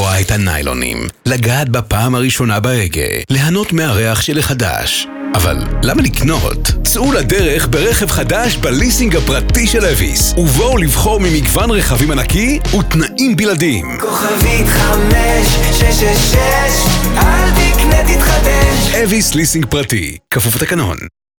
לקרוע את הניילונים, לגעת בפעם הראשונה בהגה, ליהנות מהריח של החדש. אבל למה לקנות? צאו לדרך ברכב חדש בליסינג הפרטי של אביס, ובואו לבחור ממגוון רכבים ענקי ותנאים בלעדיים. כוכבית 5666, אל תקנה תתחדש. אביס ליסינג פרטי, כפוף לתקנון.